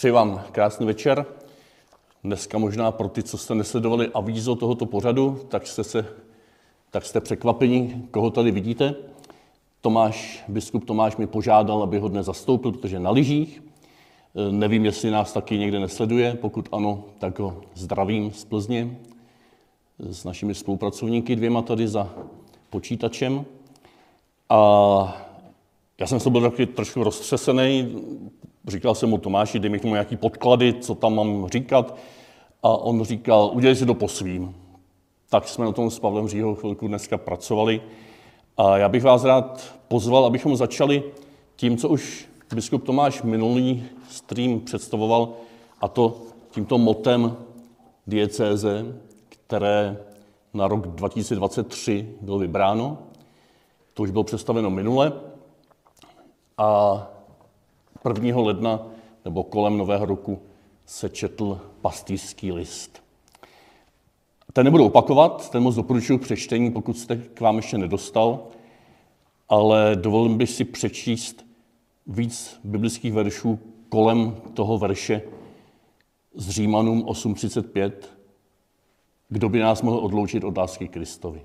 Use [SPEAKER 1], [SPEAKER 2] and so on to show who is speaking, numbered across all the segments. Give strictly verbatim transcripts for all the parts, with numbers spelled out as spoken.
[SPEAKER 1] Přeji vám krásný večer. Dneska možná pro ty, co jste nesledovali avízo tohoto pořadu, tak jste, se, tak jste překvapeni, koho tady vidíte. Tomáš, biskup Tomáš mi požádal, aby ho dnes zastoupil, protože je na lyžích. Nevím, jestli nás taky někde nesleduje. Pokud ano, tak ho zdravím z Plzně s našimi spolupracovníky dvěma tady za počítačem. A já jsem se byl taky trošku roztřesený. Říkal jsem mu Tomáši, dej mi k tomu nějaký podklady, co tam mám říkat. A on říkal, udělej si to po svým. Tak jsme na tom s Pavlem Říhou chvilku dneska pracovali. A já bych vás rád pozval, abychom začali tím, co už biskup Tomáš minulý stream představoval, a to tímto motem diecéze, které na rok dva tisíce dvacet tři bylo vybráno. To už bylo představeno minule. A prvního ledna, nebo kolem nového roku, se četl pastýřský list. Ten nebudu opakovat, ten moc doporučuji k přečtení, pokud jste k vám ještě nedostal, ale dovolím bych si přečíst víc biblických veršů kolem toho verše z Římanům osm třicet pět, kdo by nás mohl odloučit od lásky Kristovi.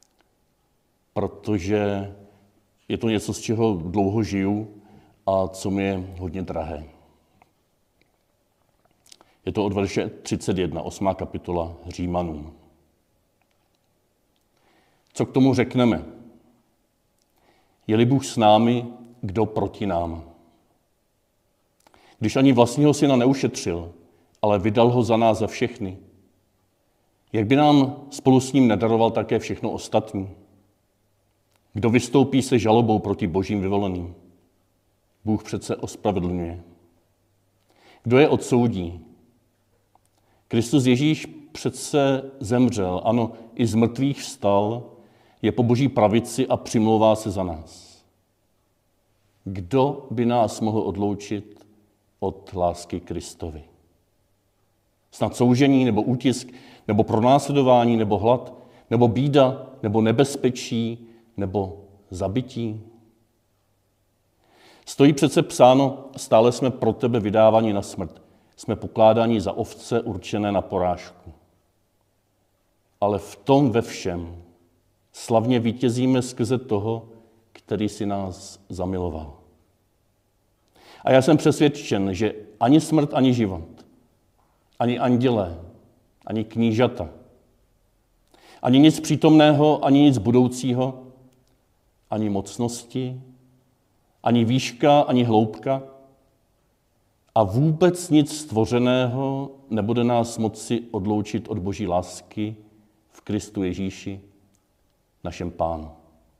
[SPEAKER 1] Protože je to něco, z čeho dlouho žiju a co mi je hodně drahé. Je to od verše třicet jedna, osmá kapitola Římanům. Co k tomu řekneme? Je-li Bůh s námi, kdo proti nám? Když ani vlastního syna neušetřil, ale vydal ho za nás za všechny, jak by nám spolu s ním nedaroval také všechno ostatní? Kdo vystoupí se žalobou proti božím vyvoleným? Bůh přece ospravedlňuje. Kdo je odsoudí? Kristus Ježíš přece zemřel, ano, i z mrtvých vstal, je po boží pravici a přimlouvá se za nás. Kdo by nás mohl odloučit od lásky Kristovi? Snad soužení, nebo útisk, nebo pronásledování, nebo hlad, nebo bída, nebo nebezpečí, nebo zabití? Stojí přece psáno, stále jsme pro tebe vydáváni na smrt. Jsme pokládáni za ovce určené na porážku. Ale v tom ve všem slavně vítězíme skrze toho, který si nás zamiloval. A já jsem přesvědčen, že ani smrt, ani život, ani andělé, ani knížata, ani nic přítomného, ani nic budoucího, ani mocnosti, ani výška, ani hloubka a vůbec nic stvořeného nebude nás moci odloučit od boží lásky v Kristu Ježíši, našem Pánu.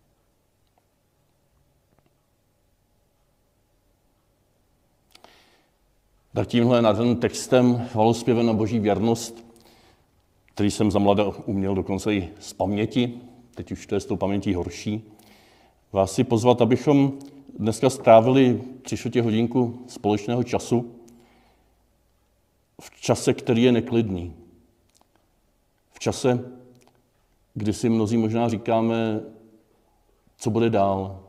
[SPEAKER 1] Tak tímhle nádherným textem chvalospěvem na boží věrnost, který jsem za mlada uměl dokonce i z paměti, teď už to je s tou pamětí horší, vás si pozvat, abychom dneska strávili tři čtvrtě hodinku společného času v čase, který je neklidný. V čase, kdy si mnozí možná říkáme, co bude dál.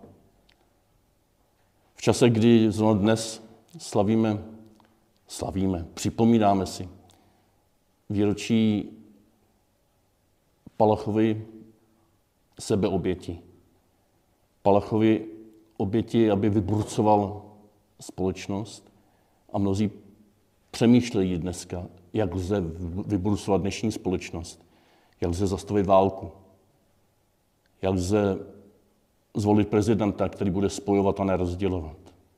[SPEAKER 1] V čase, kdy zrovna dnes slavíme, slavíme, připomínáme si výročí Palachovy sebeoběti. Palachovy oběti, aby vyburcoval společnost. A mnozí přemýšlejí dneska, jak lze vyburcovat dnešní společnost, jak lze zastavit válku, jak lze zvolit prezidenta, který bude spojovat a ne rozdělovat.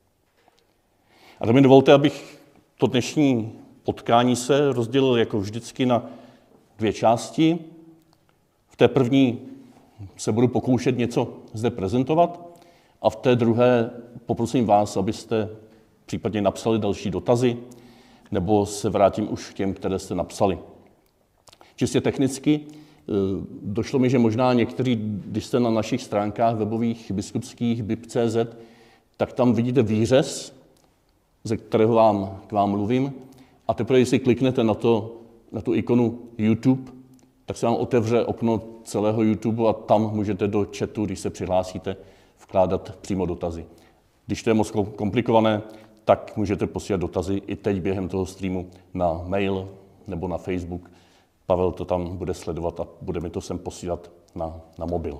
[SPEAKER 1] A to mi dovolte, abych to dnešní potkání se rozdělil jako vždycky na dvě části. V té první se budu pokoušet něco zde prezentovat a v té druhé poprosím vás, abyste případně napsali další dotazy, nebo se vrátím už k těm, které jste napsali. Čistě technicky došlo mi, že možná někteří, když jste na našich stránkách webových biskupských bib tečka cé zet, tak tam vidíte výřez, ze kterého vám, k vám mluvím. A teprve, když si kliknete na, to, na tu ikonu YouTube, tak se vám otevře okno celého YouTube a tam můžete do chatu, když se přihlásíte, vkládat přímo dotazy. Když to je moc komplikované, tak můžete posílat dotazy i teď během toho streamu na mail nebo na Facebook. Pavel to tam bude sledovat a bude mi to sem posílat na, na mobil.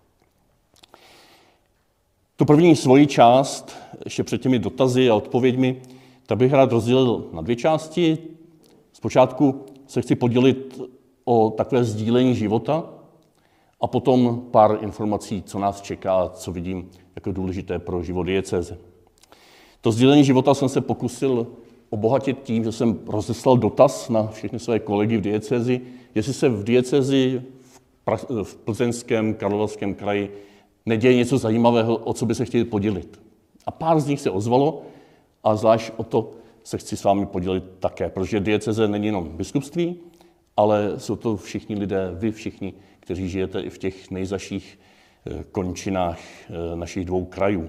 [SPEAKER 1] Tu první svoji část, ještě před těmi dotazy a odpověďmi, tak bych rád rozdělil na dvě části. Zpočátku se chci podělit o takové sdílení života a potom pár informací, co nás čeká a co vidím jako důležité pro život diecéze. To sdílení života jsem se pokusil obohatit tím, že jsem rozeslal dotaz na všechny své kolegy v diecézi, jestli se v diecézi v Plzeňském, Karlovarském kraji neděje něco zajímavého, o co by se chtěli podělit. A pár z nich se ozvalo a zvlášť o to se chci s vámi podělit také, protože diecéze není jenom biskupství, ale jsou to všichni lidé, vy všichni, kteří žijete i v těch nejzaších končinách našich dvou krajů.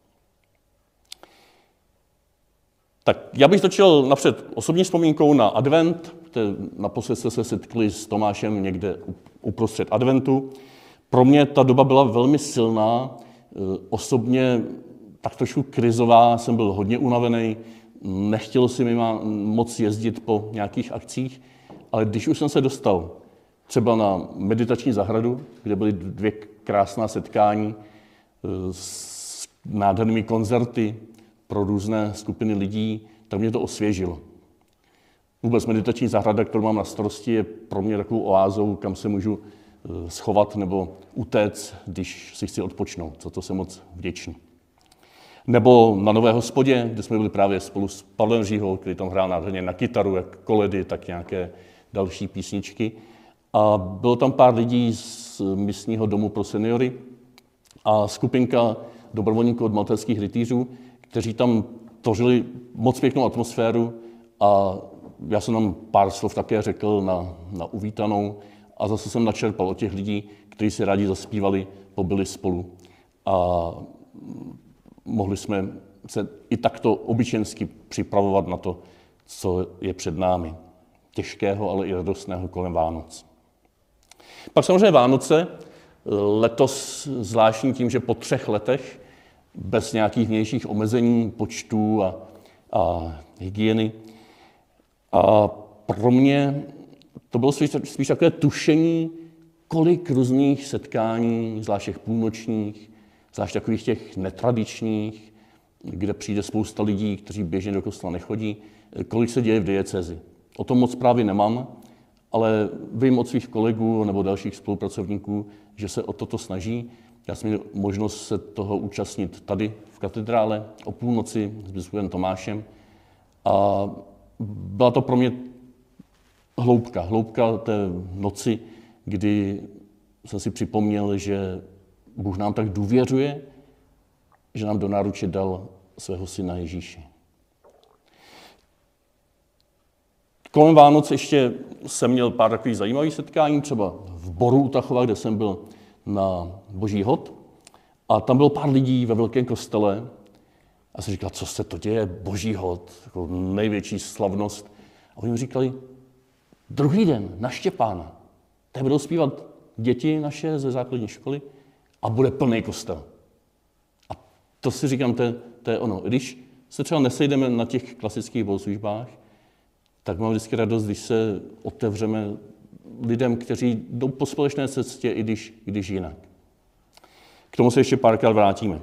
[SPEAKER 1] Tak já bych začal napřed osobní vzpomínkou na advent. Naposled jste se setkli s Tomášem někde uprostřed adventu. Pro mě ta doba byla velmi silná, osobně tak trošku krizová, jsem byl hodně unavený, nechtělo si mi moc jezdit po nějakých akcích, ale když už jsem se dostal třeba na meditační zahradu, kde byly dvě krásná setkání s nádhernými koncerty pro různé skupiny lidí, tak mě to osvěžilo. Vůbec meditační zahrada, kterou mám na starosti, je pro mě takovou oázou, kam se můžu schovat nebo utéct, když si chci odpočnout. Za to jsem moc vděčný. Nebo na Nové hospodě, kde jsme byli právě spolu s Pavlem Říhou, který tam hrál nádherně na kytaru, jak koledy, tak nějaké další písničky. A bylo tam pár lidí z místního domu pro seniory a skupinka dobrovolníků od maltézských rytířů, kteří tam tvořili moc pěknou atmosféru a já jsem tam pár slov také řekl na, na uvítanou a zase jsem načerpal od těch lidí, kteří si rádi zaspívali, pobyli spolu a mohli jsme se i takto obyčejnsky připravovat na to, co je před námi. Těžkého, ale i radostného kolem Vánoc. Pak samozřejmě Vánoce, letos zvláštní tím, že po třech letech bez nějakých vnějších omezení, počtů a, a hygieny. A pro mě to bylo spíš, spíš takové tušení, kolik různých setkání, zvlášť těch půlnočních, zvlášť takových těch netradičních, kde přijde spousta lidí, kteří běžně do kostela nechodí, kolik se děje v diecézi. O tom moc právě nemám, ale vím od svých kolegů nebo dalších spolupracovníků, že se o toto snaží. Já jsem měl možnost se toho účastnit tady v katedrále o půlnoci s biskupem Tomášem a byla to pro mě hloubka, hloubka té noci, kdy jsem si připomněl, že Bůh nám tak důvěřuje, že nám do náruče dal svého syna Ježíše. Kolem Vánoc ještě jsem měl pár takových zajímavých setkání, třeba v Boru u Tachova, kde jsem byl na Boží hod. A tam bylo pár lidí ve velkém kostele. A jsem říkal, co se to děje, Boží hod, jako největší slavnost. A oni mi říkali, druhý den na Štěpána, tady budou zpívat děti naše ze základní školy a bude plný kostel. A to si říkám, to je, to je ono. Když se třeba nesejdeme na těch klasických bohoslužbách, tak mám vždycky radost, když se otevřeme lidem, kteří jdou po společné cestě, i když, i když jinak. K tomu se ještě párkrát vrátíme.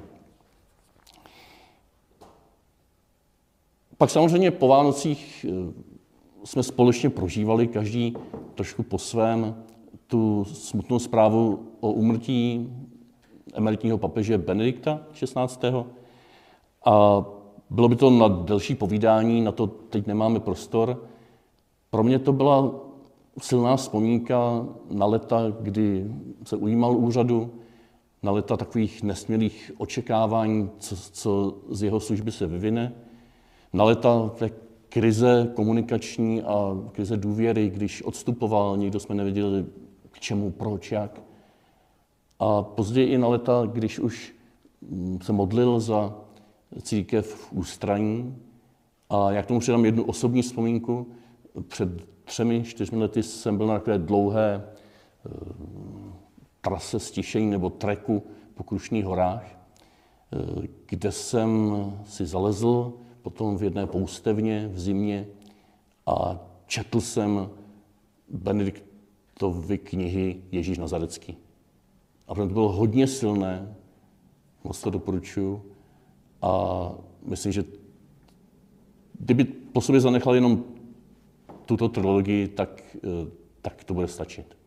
[SPEAKER 1] Pak samozřejmě po Vánocích jsme společně prožívali, každý trošku po svém, tu smutnou zprávu o úmrtí emeritního papeže Benedikta šestnáctého. A bylo by to na delší povídání, na to teď nemáme prostor. Pro mě to byla silná vzpomínka na léta, kdy se ujímal úřadu, na léta takových nesmělých očekávání, co, co z jeho služby se vyvine, na léta té krize komunikační a krize důvěry, když odstupoval, nikdo jsme nevěděli, k čemu, proč, jak. A později i na léta, když už se modlil za církev v Ústraní. A já k tomu přidám jednu osobní vzpomínku. Před třemi, čtyřmi lety jsem byl na takové dlouhé e, trase stišení nebo treku po Krušných horách, e, kde jsem si zalezl potom v jedné poustevně v zimě a četl jsem Benediktovy knihy Ježíš Nazarecký. A to bylo hodně silné, moc to doporučuji. A myslím, že kdyby po sobě zanechal jenom tuto trilogii, tak, tak to bude stačit.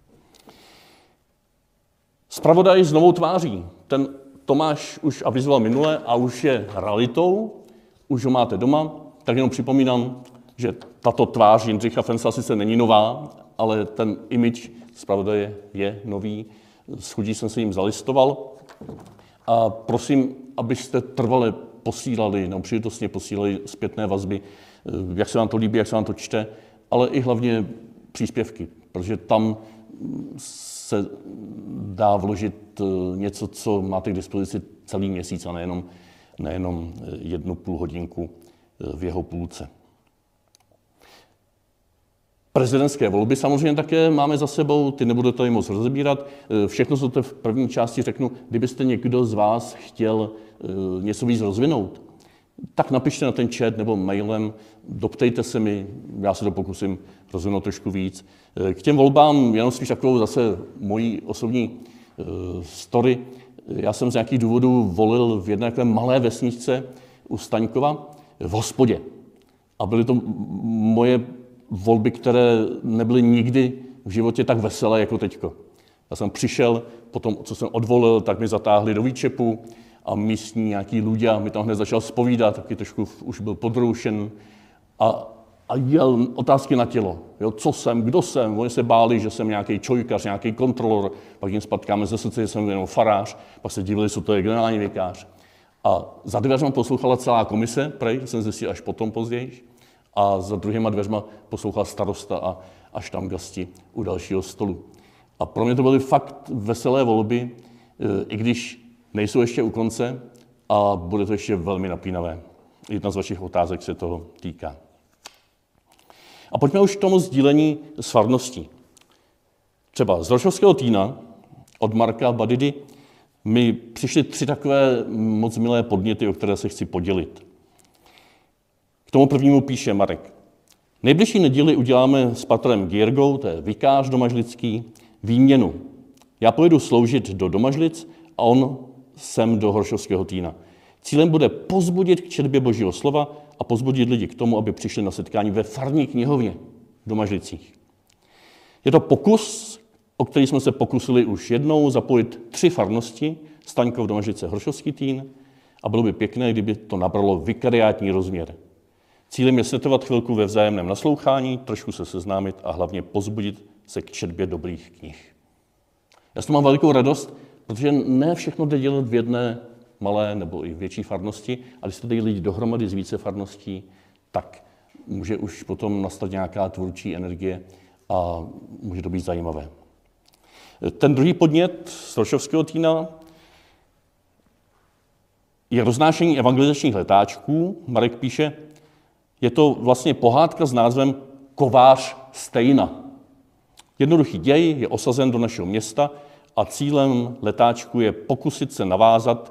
[SPEAKER 1] Zpravodaj s novou tváří. Ten Tomáš už avizoval minule a už je realitou, už ho máte doma, tak jenom připomínám, že tato tvář Jindřicha Fencla sice není nová, ale ten image zpravodaje je nový. S chutí jsem se jim zalistoval. A prosím, abyste trvale posílali, nebo příležitostně posílali zpětné vazby, jak se vám to líbí, jak se vám to čte, ale i hlavně příspěvky, protože tam se dá vložit něco, co máte k dispozici celý měsíc a nejenom, nejenom jednu půl hodinku v jeho půlce. Prezidentské volby samozřejmě také máme za sebou, ty nebudu tady moc rozebírat. Všechno, co to v první části řeknu, kdybyste někdo z vás chtěl něco víc rozvinout, tak napište na ten chat nebo mailem, doptejte se mi, já se to pokusím rozvinout trošku víc. K těm volbám jenom spíš takovou zase mojí osobní story. Já jsem z nějakých důvodů volil v jedné takové malé vesničce u Staňkova v hospodě. A byly to moje volby, které nebyly nikdy v životě tak veselé jako teďko. Já jsem přišel, potom, co jsem odvolil, tak mi zatáhli do výčepu a místní nějaký Luďa mi tam hned začal zpovídat, taky trošku už byl podroušen a, a jel otázky na tělo. Jo, co jsem, kdo jsem, oni se báli, že jsem nějaký čojkař, nějaký kontrolor, pak jim spatkáme ze srdce, že jsem jenom farář, pak se divili, co to je generální vikář. A za dveřma poslouchala celá komise, prej, jsem zjistil až potom později, a za druhýma dveřma poslouchal starosta a až tam gasti u dalšího stolu. A pro mě to byly fakt veselé volby, i když nejsou ještě u konce a bude to ještě velmi napínavé. Jedna z vašich otázek se toho týká. A pojďme už k tomu sdílení s farností. Třeba z Rošovského Týna od Marka Badidy mi přišly tři takové moc milé podněty, o které se chci podělit. K tomu prvnímu píše Marek. Nejbližší neděli uděláme s patrem Giergou, to je vikář domažlický, výměnu. Já pojedu sloužit do Domažlic a on sem do Horšovského Týna. Cílem bude pozbudit k četbě Božího slova a pozbudit lidi k tomu, aby přišli na setkání ve farní knihovně v Domažlicích. Je to pokus, o který jsme se pokusili už jednou zapojit tři farnosti, Staňkov, Domažlice, Horšovský Týn, a bylo by pěkné, kdyby to nabralo vikariátní rozměr. Cílem je setovat chvilku ve vzájemném naslouchání, trošku se seznámit a hlavně pozbudit se k četbě dobrých knih. Já s tom mám velikou radost, protože ne všechno jde dělat v jedné malé nebo i větší farnosti, a když se dají lidi dohromady z více farností, tak může už potom nastat nějaká tvůrčí energie a může to být zajímavé. Ten druhý podnět z Rošovského Týna je roznášení evangelizačních letáčků. Marek píše, je to vlastně pohádka s názvem Kovář Stejna. Jednoduchý děj je osazen do našeho města a cílem letáčku je pokusit se navázat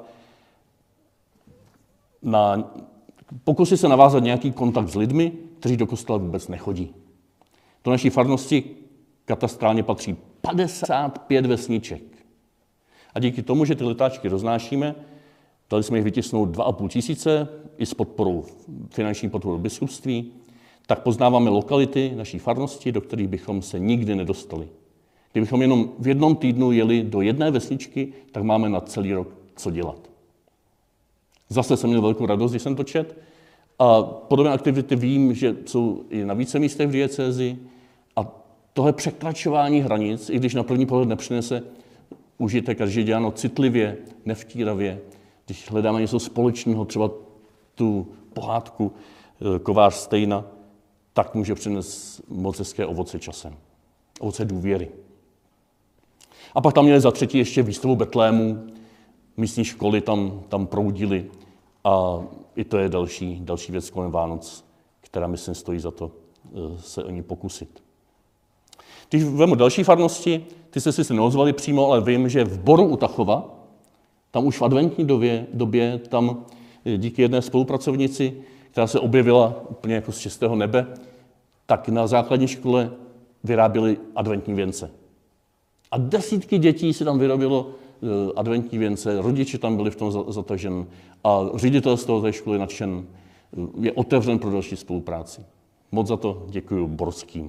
[SPEAKER 1] na, pokusit se navázat nějaký kontakt s lidmi, kteří do kostela vůbec nechodí. Do naší farnosti katastrálně patří padesát pět vesniček. A díky tomu, že ty letáčky roznášíme, dali jsme jich vytisnout dva a půl tisíce i s podporou, finanční podporou biskupství, tak poznáváme lokality naší farnosti, do kterých bychom se nikdy nedostali. Kdybychom jenom v jednom týdnu jeli do jedné vesničky, tak máme na celý rok co dělat. Zase jsem měl velkou radost, když jsem to čet. A podobné aktivity vím, že jsou i na více místech v diecézi. A tohle překračování hranic, i když na první pohled nepřinese užitek, a že je děláno citlivě, nevtíravě, když hledáme něco společného, třeba tu pohádku Kovář Stejna, tak může přinést moc hezké ovoce časem. Ovoce důvěry. A pak tam měli za třetí ještě výstavu Betlému, místní školy tam, tam proudily a i to je další, další věc kolem Vánoc, která myslím stojí za to se o ní pokusit. Když vemu další farnosti, ty se sice neozvali přímo, ale vím, že v Boru u Tachova, tam už v adventní době, době tam díky jedné spolupracovnici, která se objevila úplně jako z čistého nebe, tak na základní škole vyráběli adventní věnce. A desítky dětí si tam vyrobilo adventní věnce, rodiče tam byli v tom zatažen a ředitel z toho té školy nadšen, je otevřen pro další spolupráci. Moc za to děkuji Borským.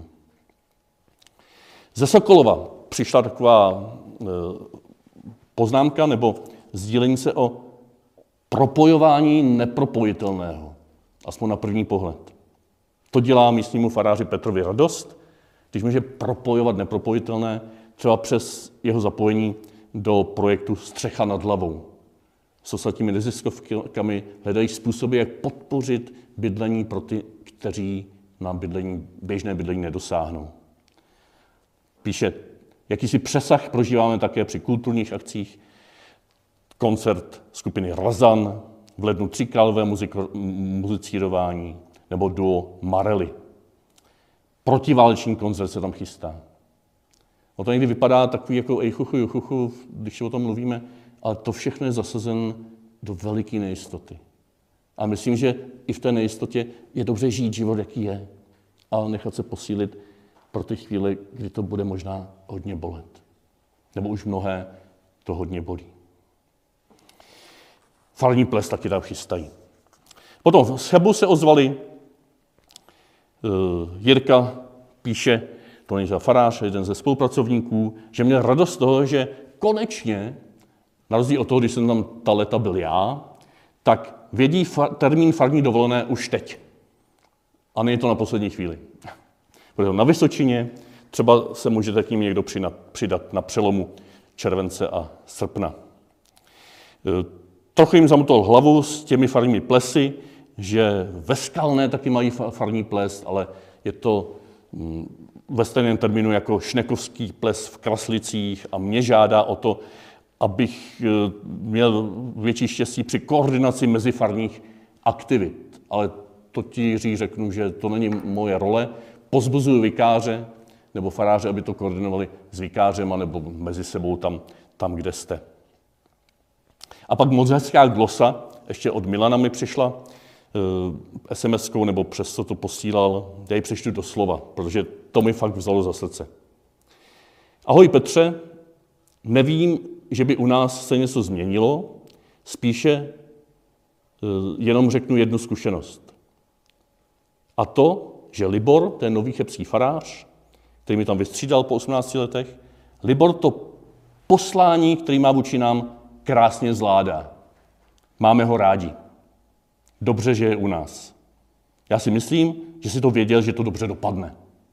[SPEAKER 1] Ze Sokolova přišla taková poznámka nebo sdílení se o propojování nepropojitelného, aspoň na první pohled. To dělá místnímu faráři Petrovi radost, když může propojovat nepropojitelné, třeba přes jeho zapojení do projektu Střecha nad hlavou. S ostatními neziskovkami hledají způsoby, jak podpořit bydlení pro ty, kteří na bydlení, běžné bydlení nedosáhnou. Píše, jakýsi přesah prožíváme také při kulturních akcích, koncert skupiny Razan, v lednu Tříkrálové muzicírování nebo duo Marely. Protiváleční koncert se tam chystá. O to někdy vypadá takový jako ejchuchu, juchuchu, když o tom mluvíme, ale to všechno je zasazen do veliké nejistoty. A myslím, že i v té nejistotě je dobře žít život, jaký je, ale nechat se posílit pro ty chvíle, kdy to bude možná hodně bolet. Nebo už mnohé to hodně bolí. Farní ples taky tam chystají. Potom z Chebu se ozvali, Jirka píše, to není za farář, jeden ze spolupracovníků, že měl radost z toho, že konečně, na rozdíl od toho, když jsem tam ta léta byl já, tak vědí far, termín farní dovolené už teď. A není to na poslední chvíli. Protože na Vysočině třeba se můžete k ním někdo přidat na přelomu července a srpna. Trochu jim zamotal hlavu s těmi farními plesy, že ve Skalné taky mají farní ples, ale je to ve stejném termínu jako šnekovský ples v Kraslicích a mě žádá o to, abych měl větší štěstí při koordinaci mezifarních aktivit. Ale to ti řeknu, že to není moje role. Pozbuzuju vikáře nebo faráře, aby to koordinovali s vikářem nebo mezi sebou tam, tam kde jste. A pak moc hezká glosa, ještě od Milana mi přišla, es em eskou nebo přes co to posílal, já ji přečtu do slova, protože to mi fakt vzalo za srdce. Ahoj Petře, nevím, že by u nás se něco změnilo, spíše jenom řeknu jednu zkušenost. A to, že Libor, ten nový chebský farář, který mi tam vystřídal po osmnácti letech, Libor to poslání, který má vůči nám, krásně zvládá. Máme ho rádi. Dobře, že je u nás. Já si myslím, že si to věděl, že to dobře dopadne.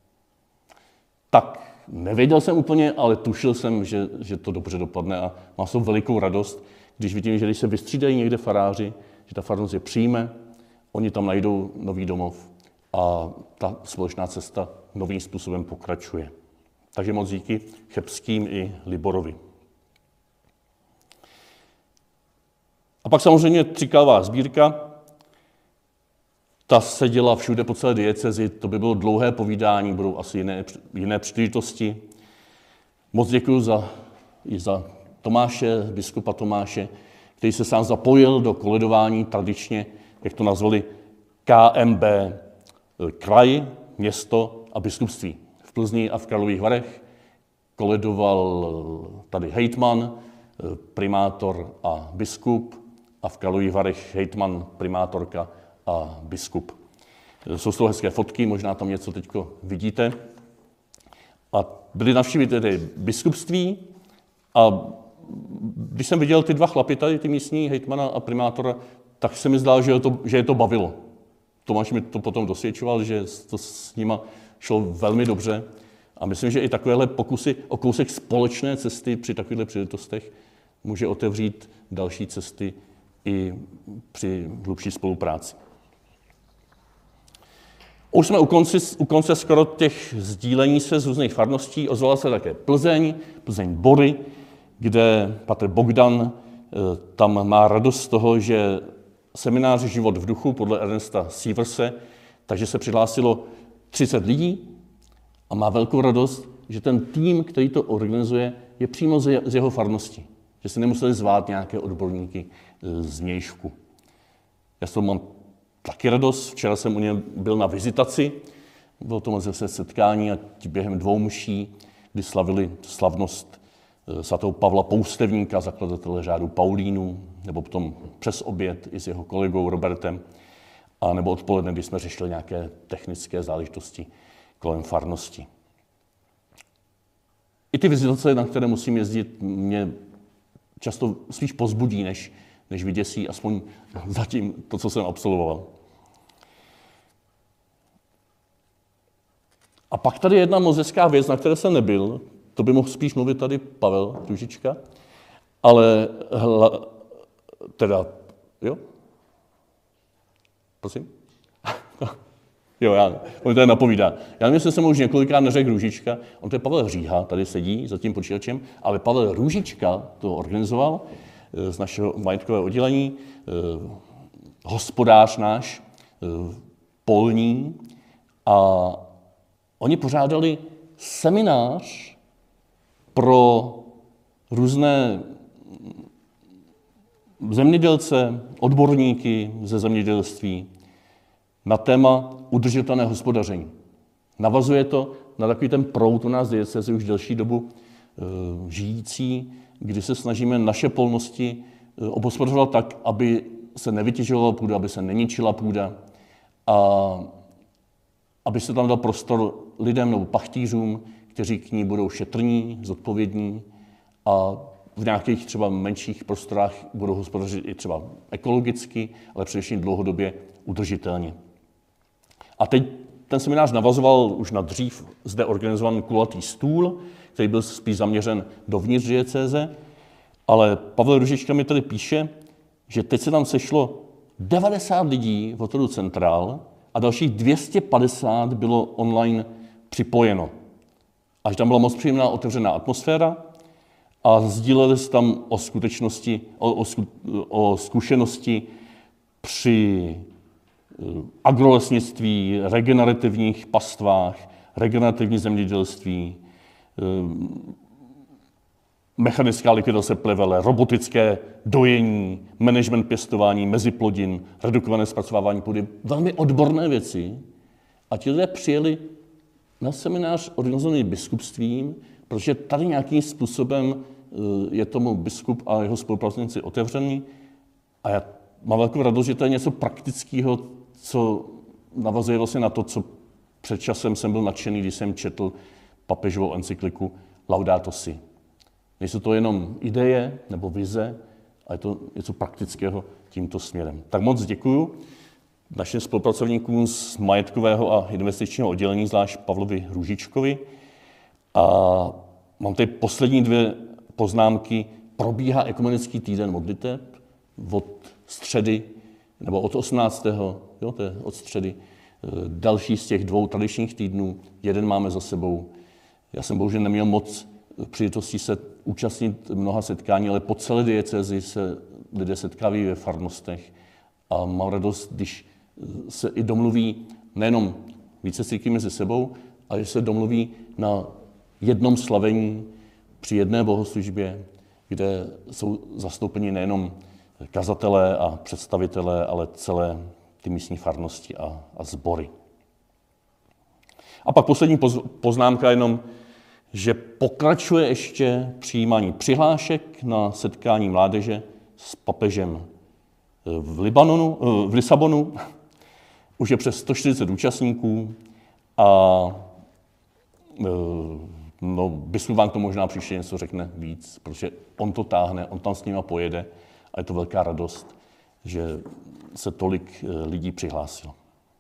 [SPEAKER 1] Tak nevěděl jsem úplně, ale tušil jsem, že, že to dobře dopadne a mám s velikou radost, když vidím, že když se vystřídají někde faráři, že ta farnost je přijme, oni tam najdou nový domov a ta společná cesta novým způsobem pokračuje. Takže moc díky Chebským i Liborovi. A pak samozřejmě Tříkrálová sbírka, ta se děla všude po celé diecezi, to by bylo dlouhé povídání, budou asi jiné, jiné příležitosti. Moc děkuji za, i za Tomáše, biskupa Tomáše, který se sám zapojil do koledování tradičně, jak to nazvali, ká em bé, kraj, město a biskupství. V Plzni a v Karlových Varech koledoval tady hejtman, primátor a biskup, a v Karlových Varech hejtman, primátorka a biskup. Jsou z toho hezké fotky, možná tam něco teď vidíte. A byli navštívit tedy biskupství a když jsem viděl ty dva chlapy tady, ty místní, hejtmana a primátora, tak se mi zdálo, že je to, že je to bavilo. Tomáš mi to potom dosvědčoval, že to s nima šlo velmi dobře. A myslím, že i takovéhle pokusy o kousek společné cesty při takovýchto příležitostech může otevřít další cesty i při hlubší spolupráci. Už jsme u konce, u konce skoro těch sdílení se z různých farností. Ozvala se také Plzeň, Plzeň Bory, kde Patr Bogdan tam má radost z toho, že seminář Život v duchu podle Ernesta Sieverse, takže se přihlásilo třicet lidí a má velkou radost, že ten tým, který to organizuje, je přímo z jeho farnosti. Že se nemuseli zvát nějaké odborníky z vnějšku. Já s toho mám taky radost. Včera jsem u něj byl na vizitaci, bylo to moc zase setkání a během dvou mší, kdy slavili slavnost svatého Pavla Poustevníka, zakladatele řádu Paulínů, nebo potom přes oběd i s jeho kolegou Robertem, a nebo odpoledne, kdy jsme řešili nějaké technické záležitosti kolem farnosti. I ty vizitace, na které musím jezdit, mě často spíš pozbudí, než, než vyděsí, aspoň zatím to, co jsem absolvoval. A pak tady jedna moc hezká věc, na které jsem nebyl, to by mohl spíš mluvit tady Pavel Růžička, ale hla, teda, jo? Prosím? Jo, já, on tady napovídá. Já nevím, jestli jsem už několikrát neřekl Růžička, on to je Pavel Hříha, tady sedí za tím počítačem, ale Pavel Růžička to organizoval z našeho majetkového oddělení, hospodář náš, polní, a oni pořádali seminář pro různé zemědělce, odborníky ze zemědělství na téma udržitelné hospodaření. Navazuje to na takový ten proud u nás diecézy už delší dobu e, žijící, kdy se snažíme naše polnosti e, obhospodařovat tak, aby se nevytěžovala půda, aby se neničila půda a aby se tam dal prostor lidem nebo pachtýřům, kteří k ní budou šetrní, zodpovědní a v nějakých třeba menších prostorách budou hospodařit i třeba ekologicky, ale především dlouhodobě udržitelně. A teď ten seminář navazoval už na dřív zde organizovaný kulatý stůl, který byl spíš zaměřen dovnitř diecéze, ale Pavel Růžička mi tady píše, že teď se tam sešlo devadesát lidí v hotelu Centrál a dalších dvě stě padesát bylo online připojeno. Až tam byla moc příjemná otevřená atmosféra a sdíleli se tam o skutečnosti, o, o, o zkušenosti při agrolesnictví, regenerativních pastvách, regenerativní zemědělství, mechanická likvidace plevele, robotické dojení, management pěstování, meziplodin, redukované zpracovávání půdy, velmi odborné věci. A ti lidé přijeli na seminář organizovaný biskupstvím, protože tady nějakým způsobem je tomu biskup a jeho spolupracovníci otevřený. A já mám velkou radost, že to je něco praktického, co navazuje vlastně na to, co před časem jsem byl nadšený, když jsem četl papežovou encykliku Laudato Si. Nejsou to jenom ideje nebo vize, ale je to něco praktického tímto směrem. Tak moc děkuju našim spolupracovníkům z majetkového a investičního oddělení, zvlášť Pavlovi Růžičkovi. A mám tady poslední dvě poznámky. Probíhá ekumenický týden modliteb od středy, nebo od osmnáctého Jo, to je od středy. Další z těch dvou tradičních týdnů, jeden máme za sebou. Já jsem bohužel neměl moc příležitostí se účastnit mnoha setkání, ale po celé diecézi se lidé setkávají ve farnostech a mám radost, když se i domluví nejenom více církví mezi sebou, ale že se domluví na jednom slavení při jedné bohoslužbě, kde jsou zastoupeni nejenom kazatelé a představitelé, ale celé ty místní farnosti a, a sbory. A pak poslední poznámka jenom, že pokračuje ještě přijímání přihlášek na setkání mládeže s papežem v, Libanonu, v Lisabonu. Už je přes sto čtyřicet účastníků a no, biskup vám to možná příště něco řekne víc, protože on to táhne, on tam s nima pojede a je to velká radost, že se tolik lidí přihlásilo.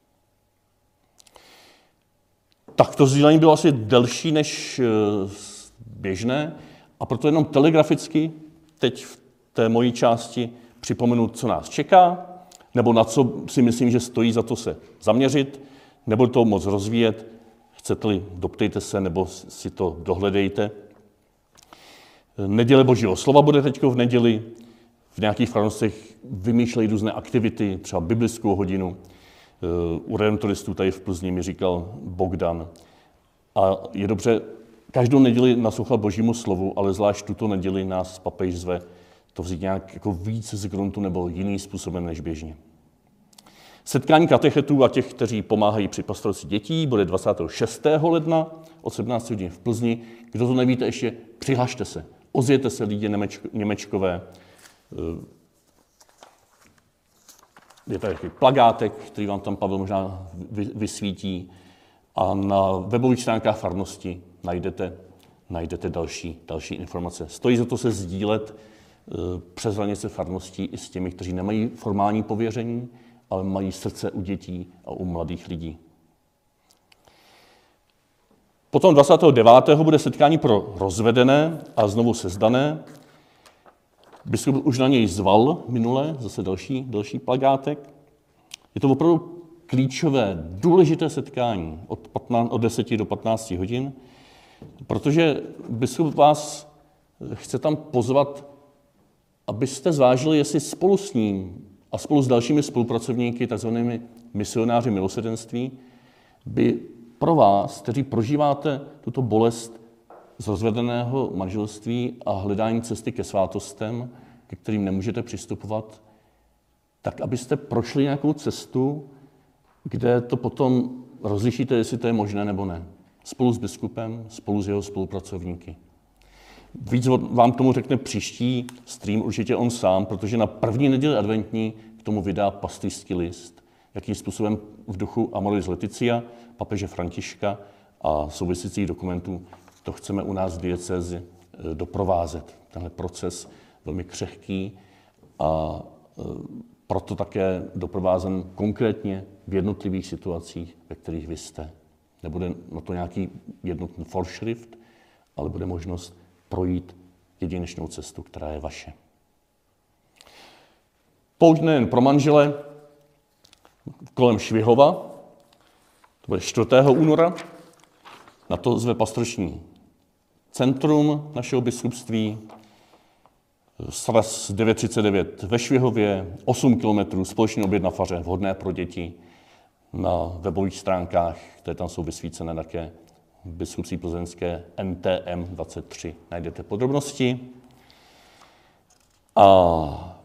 [SPEAKER 1] Tak to sdílení bylo asi delší než běžné a proto jenom telegraficky teď v té mojí části připomenu, co nás čeká, nebo na co si myslím, že stojí za to se zaměřit, nebo to moc rozvíjet. Chcete-li, doptejte se, nebo si to dohledejte. Neděle Božího slova bude teď v neděli. V nějakých farnostech vymýšlejí různé aktivity, třeba biblickou hodinu. U redemptoristů tady v Plzni mi říkal Bogdan. A je dobře každou neděli naslouchat Božímu slovu, ale zvlášť tuto neděli nás papež zve to vzít nějak jako víc z gruntu nebo jiným způsobem než běžně. Setkání katechetů a těch, kteří pomáhají při pastoraci dětí, bude dvacátého šestého ledna od sedmnáct hodin v Plzni. Kdo to nevíte ještě, přihlašte se. Ozvěte se lidi Němečko, Němečkové. Je tady takový plagátek, který vám tam Pavel možná vysvítí. A na webových stránkách farnosti najdete, najdete další, další informace. Stojí za to se sdílet přes hranice farností i s těmi, kteří nemají formální pověření, ale mají srdce u dětí a u mladých lidí. Potom dvacátého devátého bude setkání pro rozvedené a znovu sezdané. Biskup už na něj zval minule, zase další, další plagátek. Je to opravdu klíčové, důležité setkání od, patnáct, od deseti do patnácti hodin, protože biskup vás chce tam pozvat, abyste zvážili, jestli spolu s ním a spolu s dalšími spolupracovníky, takzvanými misionáři milosrdenství, by pro vás, kteří prožíváte tuto bolest z rozvedeného manželství a hledání cesty ke svátostem, ke kterým nemůžete přistupovat, tak abyste prošli nějakou cestu, kde to potom rozlišíte, jestli to je možné nebo ne. Spolu s biskupem, spolu s jeho spolupracovníky. Víc vám k tomu řekne příští stream, určitě on sám, protože na první neděli adventní k tomu vydá pastýřský list, jakým způsobem v duchu Amoris Laetitia, papeže Františka a souvisejících dokumentů to chceme u nás v diecézi doprovázet. Tenhle proces velmi křehký a proto také doprovázen konkrétně v jednotlivých situacích, ve kterých vy jste. Nebude na to nějaký jednotný Vorschrift, ale bude možnost projít jedinečnou cestu, která je vaše. Pouť nejen pro manžele, kolem Švihova, to bude čtvrtého února, na to zve pastorační centrum našeho biskupství, sraz devět třicet devět ve Švihově, osm kilometrů, společný oběd na faře, vhodné pro děti, na webových stránkách, které tam jsou vysvícené také biskupství plzeňské N T M dvacet tři. Najdete podrobnosti. A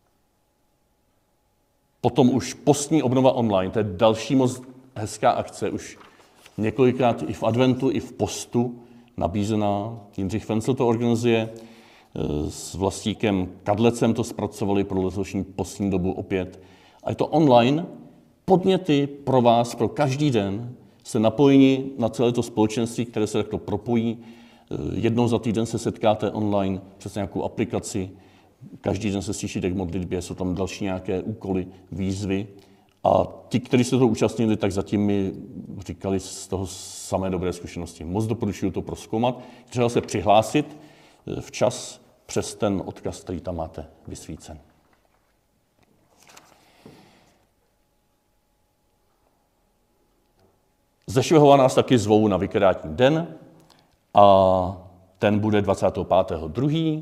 [SPEAKER 1] potom už postní obnova online, to je další moc hezká akce, už několikrát i v adventu, i v postu nabízená. Jindřich Fencel to organizuje, s vlastníkem Kadlecem to zpracovali pro letošní postní dobu opět. A je to online, podněty pro vás, pro každý den, se napojení na celé to společenství, které se takto propojí. Jednou za týden se setkáte online přes nějakou aplikaci, každý den se slyšíte k modlitbě, jsou tam další nějaké úkoly, výzvy. A ti, kteří se toho účastnili, tak zatím mi říkali z toho samé dobré zkušenosti. Moc doporučuji to prozkoumat. Třeba se přihlásit včas přes ten odkaz, který tam máte vysvícen. Ze Švihova nás taky zvou na vikariátní den a ten bude dvacátého pátého druhého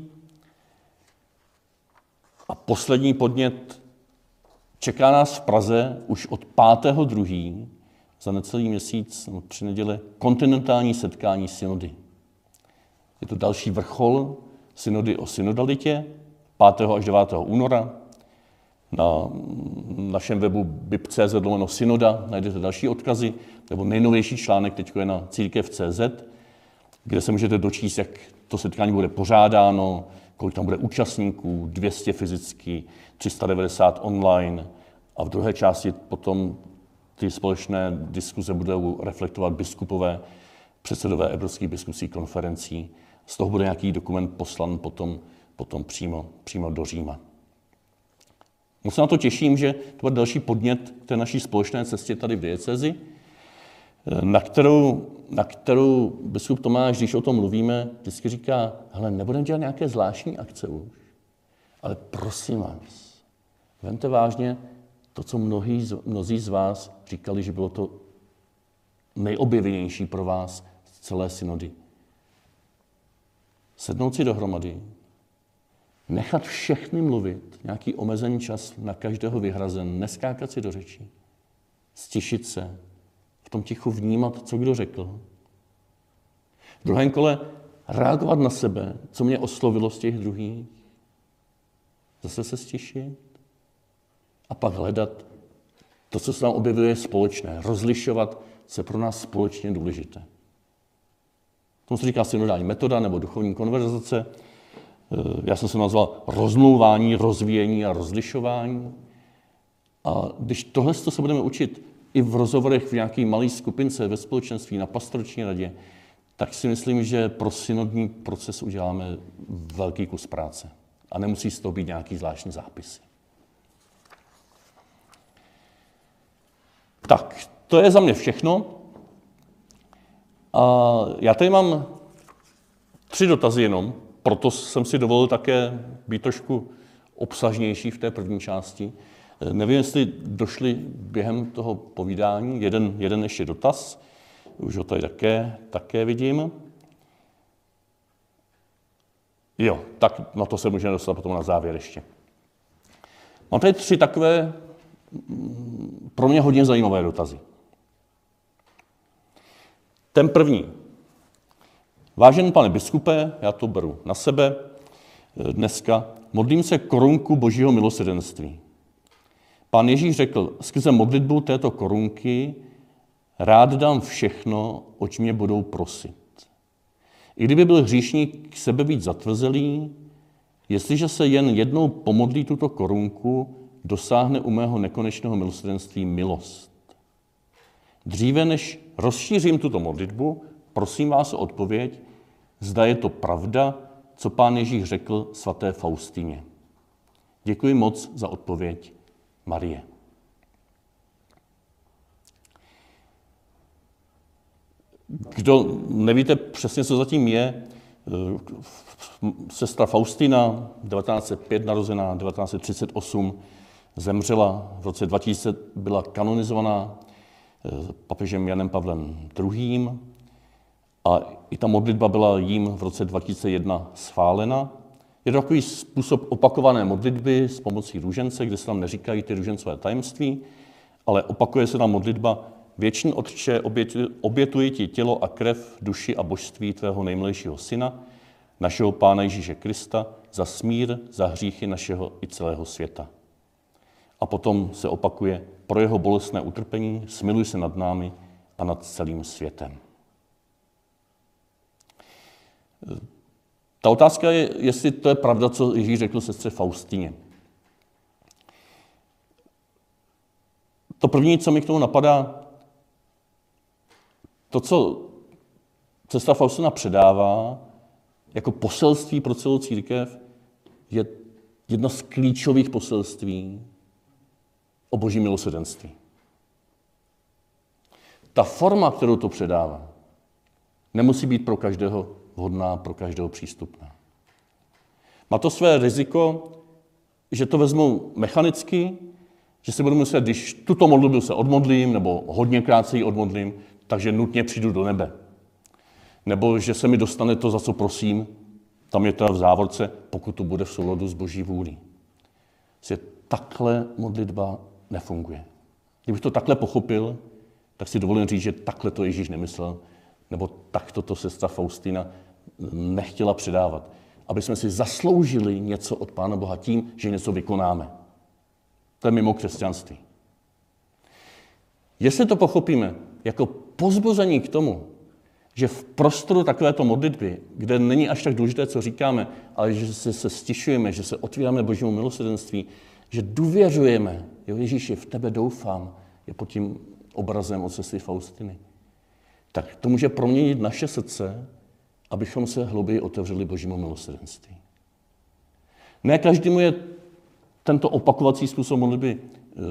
[SPEAKER 1] A poslední podnět čeká nás v Praze už od pátého druhého za necelý měsíc, no, tři neděle, kontinentální setkání synody. Je to další vrchol synody o synodalitě, pátého až devátého února. Na našem webu bib tečka cé zet lomeno synoda najdete další odkazy, nebo nejnovější článek teď je na církev tečka cé zet, kde se můžete dočíst, jak to setkání bude pořádáno, kolik tam bude účastníků, dvě stě fyzicky, tři sta devadesát online. A v druhé části potom ty společné diskuze budou reflektovat biskupové, předsedové evropských biskupských konferencí. Z toho bude nějaký dokument poslan potom, potom přímo, přímo do Říma. Moc se na to těším, že to bude další podnět k té naší společné cestě tady v diecézi, na kterou, na kterou biskup Tomáš, když o tom mluvíme, vždycky říká, hele, nebudeme dělat nějaké zvláštní akce už, ale prosím vás, vemte vážně to, co mnohí, mnozí z vás říkali, že bylo to nejobjevenější pro vás z celé synody. Sednout si dohromady, nechat všechny mluvit, nějaký omezený čas na každého vyhrazen, neskákat si do řečí, stišit se, v tom tichu vnímat, co kdo řekl. V druhém kole reagovat na sebe, co mě oslovilo z těch druhých, zase se stišit a pak hledat To, co se tam objevuje, je společné. Rozlišovat, co je pro nás společně důležité. Tomu se říká synodální metoda nebo duchovní konverzace. Já jsem se nazval rozmlouvání, rozvíjení a rozlišování. A když tohle se budeme učit i v rozhovorech v nějaké malé skupince, ve společenství, na pastorační radě, tak si myslím, že pro synodní proces uděláme velký kus práce. A nemusí z toho být nějaký zvláštní zápisy. Tak, to je za mě všechno. A já tady mám tři dotazy jenom, proto jsem si dovolil také být trošku obsažnější v té první části. Nevím, jestli došli během toho povídání. Jeden, jeden ještě dotaz, už ho tady také, také vidím. Jo, tak na to se můžeme dostat potom na závěr ještě. Mám tady tři takové pro mě hodně zajímavé dotazy. Ten první. Vážený pane biskupe, já to beru na sebe dneska, modlím se korunku Božího milosrdenství. Pán Ježíš řekl, skrze modlitbu této korunky rád dám všechno, oč mě budou prosit. I kdyby byl hříšník sebevíc zatvrzelý, jestliže se jen jednou pomodlí tuto korunku, dosáhne u mého nekonečného milosrdenství milost. Dříve než rozšířím tuto modlitbu, prosím vás o odpověď, zda je to pravda, co Pán Ježíš řekl svaté Faustině. Děkuji moc za odpověď, Marie. Kdo nevíte přesně, co zatím je, sestra Faustina, devatenáct set pět narozená, devatenáct set třicet osm zemřela, v roce dva tisíce byla kanonizovaná papežem Janem Pavlem druhým. A i ta modlitba byla jím v roce dva tisíce jedna schválena. Je to takový způsob opakované modlitby s pomocí růžence, kde se tam neříkají ty růžencové tajemství, ale opakuje se tam modlitba Věčný Otče, obětuji ti tělo a krev, duši a božství tvého nejmilejšího syna, našeho Pána Ježíše Krista, za smír, za hříchy našeho i celého světa. A potom se opakuje pro jeho bolestné utrpení, smiluj se nad námi a nad celým světem. Ta otázka je, jestli to je pravda, co Ježíš řekl sestře Faustině. To první, co mi k tomu napadá, to, co sestra Faustina předává jako poselství pro celou církev, je jedno z klíčových poselství o Božím milosrdenství. Ta forma, kterou to předává, nemusí být pro každého vhodná, pro každého přístupná. Má to své riziko, že to vezmu mechanicky, že si budu myslet, když tuto modlitbu se odmodlím, nebo hodněkrát se ji odmodlím, takže nutně přijdu do nebe. Nebo že se mi dostane to, za co prosím, tam je teda v závorce, pokud to bude v souladu s Boží vůlí. Že takhle modlitba nefunguje. Kdybych to takhle pochopil, tak si dovolím říct, že takhle to Ježíš nemyslel, nebo takto to sestra Faustina nechtěla předávat. Aby jsme si zasloužili něco od Pána Boha tím, že něco vykonáme. To je mimo křesťanství. Jestli to pochopíme jako pozbuzení k tomu, že v prostoru takovéto modlitby, kde není až tak důležité, co říkáme, ale že se, se stišujeme, že se otvíráme Božímu milosrdenství, že důvěřujeme, jo, Ježíši, v tebe doufám, je pod tím obrazem od sestry Faustiny, tak to může proměnit naše srdce, abychom se hlouběji otevřeli Božímu milosrdenství. Ne každému je tento opakovací způsob modlitby e,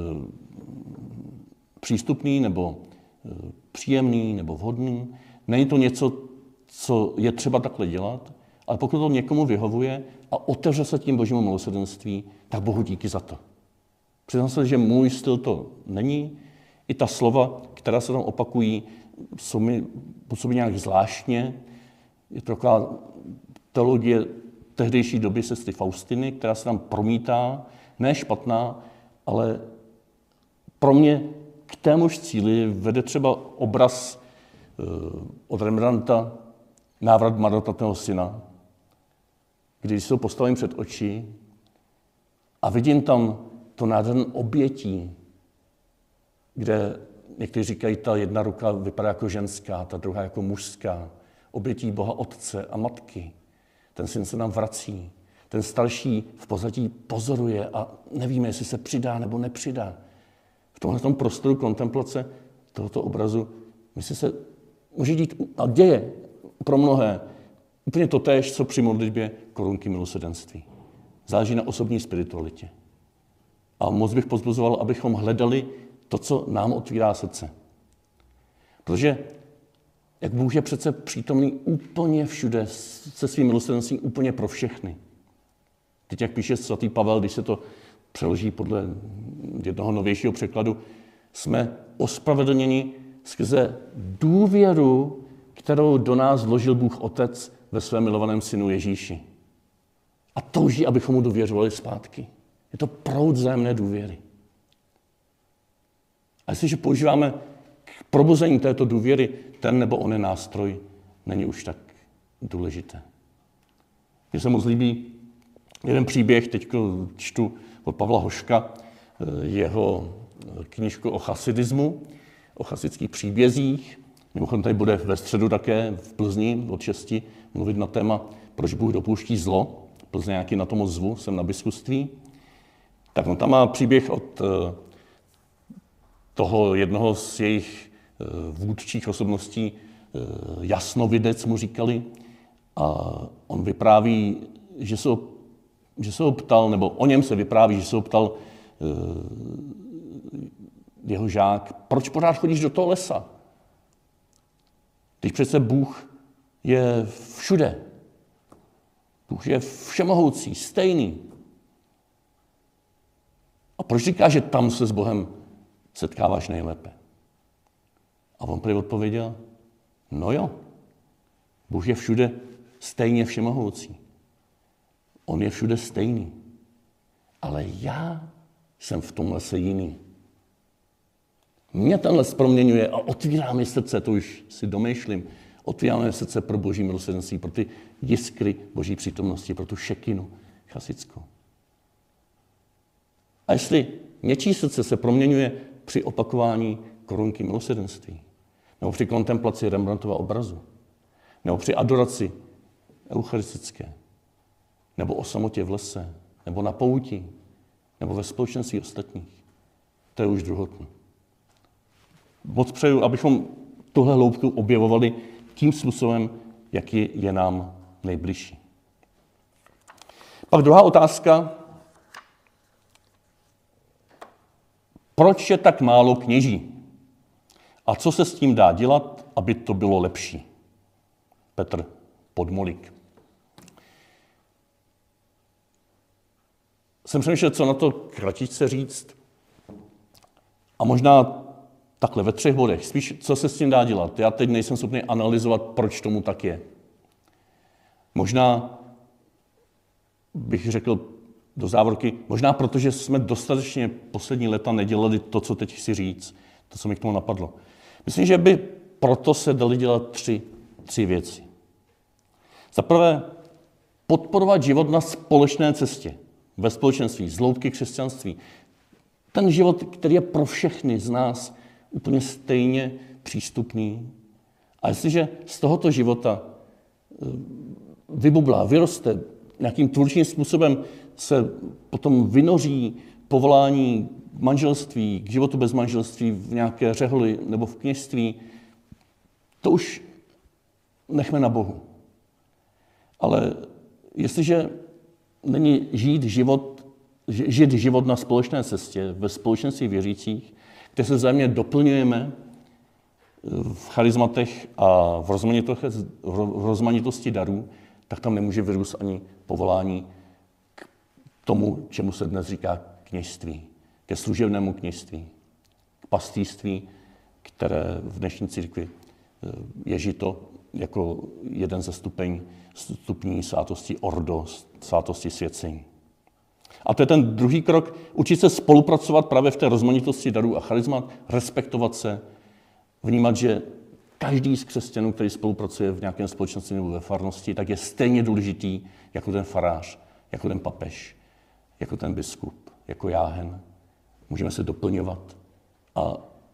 [SPEAKER 1] přístupný, nebo e, příjemný, nebo vhodný. Není to něco, co je třeba takhle dělat, ale pokud to někomu vyhovuje a otevře se tím Božímu milosrdenství, tak Bohu díky za to. Přiznám se, že můj styl to není. I ta slova, která se tam opakují, jsou mi působí nějak zvláštně. Je to taková teologie tehdejší doby sestry Faustiny, která se tam promítá, ne špatná, ale pro mě k témuž cíli vede třeba obraz od Rembrandta Návrat marnotratného syna, když se ho postavím před oči a vidím tam to nádherné obětí kde někteří říkají, ta jedna ruka vypadá jako ženská, ta druhá jako mužská, obětí Boha Otce a Matky. Ten syn se nám vrací. Ten starší v pozadí pozoruje a nevíme, jestli se přidá nebo nepřidá. V tomhle tom prostoru kontemplace tohoto obrazu myslím se může dít a děje pro mnohé úplně totéž, co při modlitbě korunky milosrdenství. Záleží na osobní spiritualitě. A moc bych pozbuzoval, abychom hledali to, co nám otvírá srdce. Protože jak Bůh je přece přítomný úplně všude, se svým milosrdenstvím úplně pro všechny. Teď, jak píše svatý Pavel, když se to přeloží podle jednoho novějšího překladu, jsme ospravedlněni skrze důvěru, kterou do nás vložil Bůh Otec ve svém milovaném synu Ježíši. A touží, abychom mu důvěřovali zpátky. Je to proud vzájemné důvěry. A jestliže používáme k probuzení této důvěry ten nebo onen nástroj, není už tak důležité. Mně se moc líbí jeden příběh, teď čtu od Pavla Hoška, jeho knížku o chasidismu, o chasických příbězích. Mimochodem tady bude ve středu také v Plzni od šesti mluvit na téma, proč Bůh dopouští zlo. Plzňáky na to moc zvu, jsem na biskupství. Tak on tam má příběh od toho jednoho z jejich vůdčích osobností, jasnovidec mu říkali, a on vypráví, že se ho, že se ho ptal, nebo o něm se vypráví, že se ho ptal jeho žák, proč pořád chodíš do toho lesa? Když přece Bůh je všude. Bůh je všemohoucí, stejný. A proč říkáš, že tam se s Bohem setkáváš nejlépe? A on prý odpověděl, no jo, Bůh je všude stejně všemohoucí. On je všude stejný. Ale já jsem v tom lese jiný. Mě ten les proměňuje a otvírá mi srdce, to už si domýšlím, otvírá mi srdce pro Boží milosrdenství, pro ty jiskry Boží přítomnosti, pro tu šekinu chasickou. A jestli něčí srdce se proměňuje při opakování korunky milosrdenství, nebo při kontemplaci Rembrandtova obrazu, nebo při adoraci eucharistické, nebo o samotě v lese, nebo na pouti, nebo ve společenství ostatních, to je už druhotné. Moc přeju, abychom tuhle hloubku objevovali tím způsobem, jaký je nám nejbližší. Pak druhá otázka. Proč je tak málo kněží? A co se s tím dá dělat, aby to bylo lepší? Petr Podmolík. Jsem přemýšlel, co na to kratičce říct. A možná takhle ve třech bodech. Spíš, co se s tím dá dělat. Já teď nejsem schopný analyzovat, proč tomu tak je. Možná bych řekl do závorky, možná protože jsme dostatečně poslední léta nedělali to, co teď chci říct, to, co mi k tomu napadlo. Myslím, že by proto se daly dělat tři, tři věci. Za prvé, podporovat život na společné cestě, ve společenství, z hloubky křesťanství. Ten život, který je pro všechny z nás úplně stejně přístupný. A jestliže z tohoto života vybublá, vyroste, nějakým tvůrčím způsobem se potom vynoří povolání k manželství, k životu bez manželství v nějaké řeholi nebo v kněžství, to už nechme na Bohu. Ale jestliže není žít život, žít život na společné cestě, ve společenství věřících, kde se vzájemně doplňujeme v charizmatech a v rozmanitosti, v rozmanitosti darů, tak tam nemůže vyrůst ani povolání k tomu, čemu se dnes říká kněžství, ke služebnému kněžství, k pastýřství, které v dnešní církvi je žito jako jeden ze stupeň, stupní svátosti ordo, svátosti svěcení. A to je ten druhý krok, učit se spolupracovat právě v té rozmanitosti darů a charizmat, respektovat se, vnímat, že každý z křesťanů, který spolupracuje v nějakém společenství nebo ve farnosti, tak je stejně důležitý jako ten farář, jako ten papež, jako ten biskup, jako jáhen. Můžeme se doplňovat a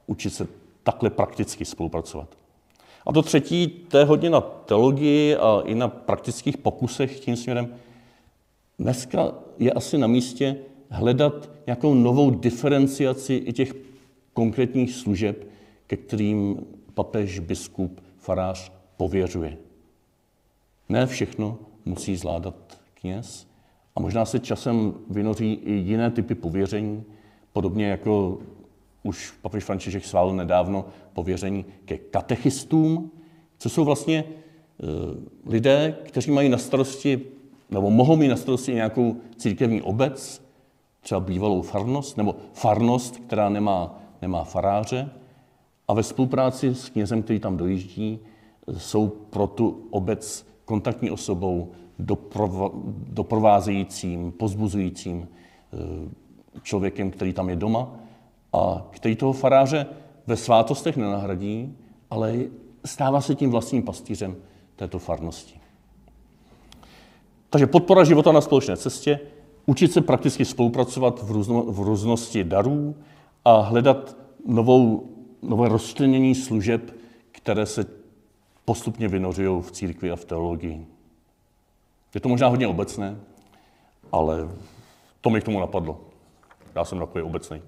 [SPEAKER 1] učit se takhle prakticky spolupracovat. A to třetí, to je hodně na teologii a i na praktických pokusech tím směrem. Dneska je asi na místě hledat nějakou novou diferenciaci i těch konkrétních služeb, ke kterým papež, biskup, farář pověřuje. Ne všechno musí zvládat kněz a možná se časem vynoří i jiné typy pověření, podobně jako už papež František schválil nedávno pověření ke katechistům, co jsou vlastně e, lidé, kteří mají na starosti, nebo mohou mít na starosti nějakou církevní obec, třeba bývalou farnost, nebo farnost, která nemá, nemá faráře, a ve spolupráci s knězem, který tam dojíždí, jsou pro tu obec kontaktní osobou, doprova, doprovázejícím, pozbuzujícím e, člověkem, který tam je doma, a který toho faráře ve svátostech nenahradí, ale stává se tím vlastním pastýřem této farnosti. Takže podpora života na společné cestě, učit se prakticky spolupracovat v, různo, v různosti darů a hledat novou, nové rozčlenění služeb, které se postupně vynořují v církvi a v teologii. Je to možná hodně obecné, ale to mi k tomu napadlo. Já jsem takový obecný.